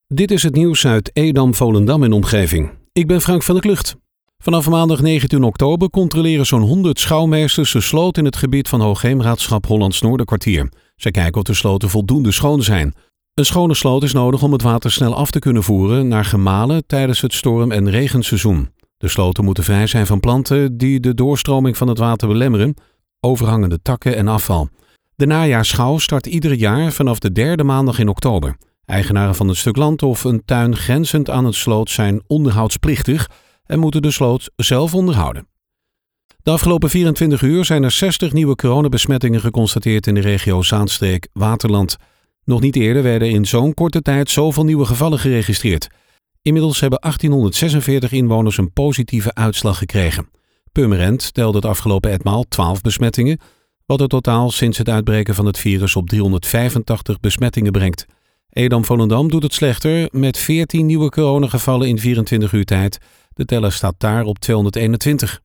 Dit is het nieuws uit Edam, Volendam en omgeving. Ik ben Frank van der Klucht. Vanaf maandag 19 oktober controleren zo'n 100 schouwmeesters de sloot in het gebied van Hoogheemraadschap Hollands Noorderkwartier. Zij kijken of de sloten voldoende schoon zijn. Een schone sloot is nodig om het water snel af te kunnen voeren naar gemalen tijdens het storm- en regenseizoen. De sloten moeten vrij zijn van planten die de doorstroming van het water belemmeren, overhangende takken en afval. De najaarsschouw start ieder jaar vanaf de derde maandag in oktober. Eigenaren van een stuk land of een tuin grenzend aan het sloot zijn onderhoudsplichtig en moeten de sloot zelf onderhouden. De afgelopen 24 uur zijn er 60 nieuwe coronabesmettingen geconstateerd in de regio Zaanstreek-Waterland. Nog niet eerder werden in zo'n korte tijd zoveel nieuwe gevallen geregistreerd. Inmiddels hebben 1846 inwoners een positieve uitslag gekregen. Purmerend telde het afgelopen etmaal 12 besmettingen, wat het totaal sinds het uitbreken van het virus op 385 besmettingen brengt. Edam-Volendam doet het slechter met 14 nieuwe coronagevallen in 24 uur tijd. De teller staat daar op 221.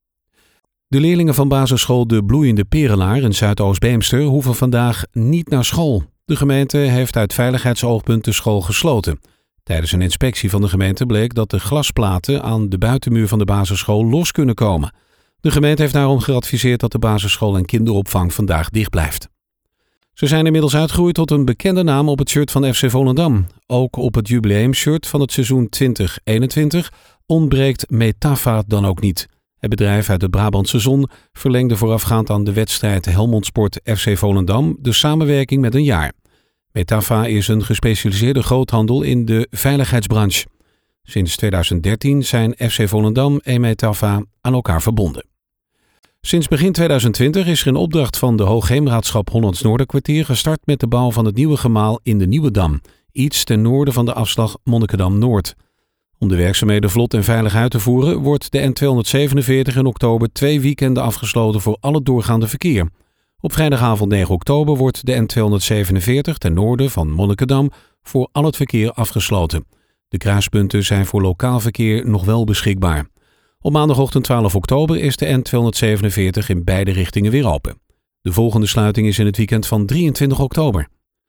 De leerlingen van basisschool De Bloeiende Perelaar in Zuidoost-Beemster hoeven vandaag niet naar school. De gemeente heeft uit veiligheidsoogpunt de school gesloten. Tijdens een inspectie van de gemeente bleek dat de glasplaten aan de buitenmuur van de basisschool los kunnen komen. De gemeente heeft daarom geadviseerd dat de basisschool en kinderopvang vandaag dicht blijft. Ze zijn inmiddels uitgegroeid tot een bekende naam op het shirt van FC Volendam. Ook op het jubileumshirt van het seizoen 2021 ontbreekt Metafa dan ook niet. Het bedrijf uit het Brabantse Zon verlengde voorafgaand aan de wedstrijd Helmond Sport FC Volendam de samenwerking met een jaar. Metafa is een gespecialiseerde groothandel in de veiligheidsbranche. Sinds 2013 zijn FC Volendam en Metafa aan elkaar verbonden. Sinds begin 2020 is er in opdracht van de Hoogheemraadschap Hollands Noorderkwartier gestart met de bouw van het nieuwe gemaal in de Nieuwe Dam, iets ten noorden van de afslag Monnikendam-Noord. Om de werkzaamheden vlot en veilig uit te voeren wordt de N247 in oktober 2 weekenden afgesloten voor al het doorgaande verkeer. Op vrijdagavond 9 oktober wordt de N247 ten noorden van Monnikendam voor al het verkeer afgesloten. De kruispunten zijn voor lokaal verkeer nog wel beschikbaar. Op maandagochtend 12 oktober is de N247 in beide richtingen weer open. De volgende sluiting is in het weekend van 23 oktober.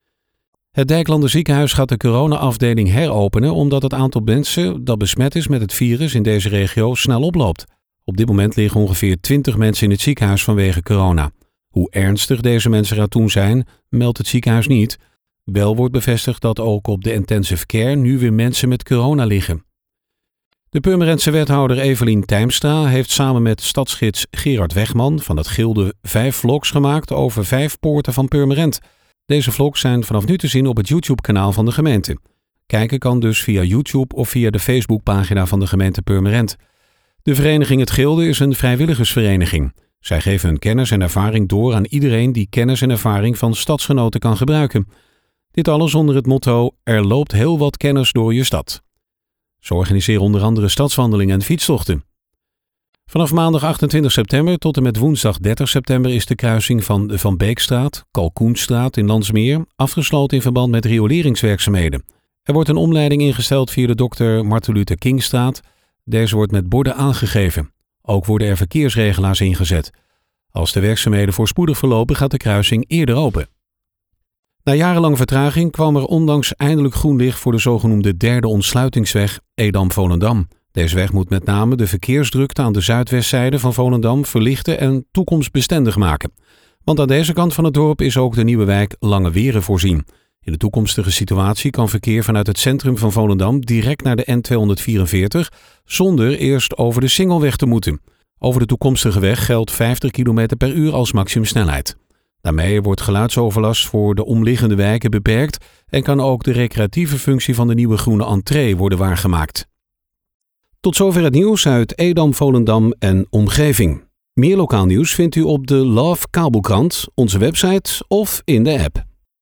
Het Dijklander ziekenhuis gaat de corona-afdeling heropenen omdat het aantal mensen dat besmet is met het virus in deze regio snel oploopt. Op dit moment liggen ongeveer 20 mensen in het ziekenhuis vanwege corona. Hoe ernstig deze mensen eraan toe zijn, meldt het ziekenhuis niet. Wel wordt bevestigd dat ook op de intensive care nu weer mensen met corona liggen. De Purmerendse wethouder Evelien Tijmstra heeft samen met stadsgids Gerard Wegman van het Gilde 5 vlogs gemaakt over 5 poorten van Purmerend. Deze vlogs zijn vanaf nu te zien op het YouTube-kanaal van de gemeente. Kijken kan dus via YouTube of via de Facebookpagina van de gemeente Purmerend. De vereniging Het Gilde is een vrijwilligersvereniging. Zij geven hun kennis en ervaring door aan iedereen die kennis en ervaring van stadsgenoten kan gebruiken. Dit alles onder het motto: er loopt heel wat kennis door je stad. Ze organiseren onder andere stadswandelingen en fietstochten. Vanaf maandag 28 september tot en met woensdag 30 september is de kruising van de Van Beekstraat, Kalkoenstraat in Landsmeer afgesloten in verband met rioleringswerkzaamheden. Er wordt een omleiding ingesteld via de Dr. Martin Luther Kingstraat. Deze wordt met borden aangegeven. Ook worden er verkeersregelaars ingezet. Als de werkzaamheden voorspoedig verlopen gaat de kruising eerder open. Na jarenlange vertraging kwam er onlangs eindelijk groen licht voor de zogenoemde derde ontsluitingsweg Edam-Volendam. Deze weg moet met name de verkeersdrukte aan de zuidwestzijde van Volendam verlichten en toekomstbestendig maken. Want aan deze kant van het dorp is ook de nieuwe wijk Lange Weren voorzien. In de toekomstige situatie kan verkeer vanuit het centrum van Volendam direct naar de N244 zonder eerst over de Singelweg te moeten. Over de toekomstige weg geldt 50 km per uur als maximumsnelheid. Daarmee wordt geluidsoverlast voor de omliggende wijken beperkt en kan ook de recreatieve functie van de nieuwe groene entree worden waargemaakt. Tot zover het nieuws uit Edam, Volendam en omgeving. Meer lokaal nieuws vindt u op de Love Kabelkrant, onze website of in de app.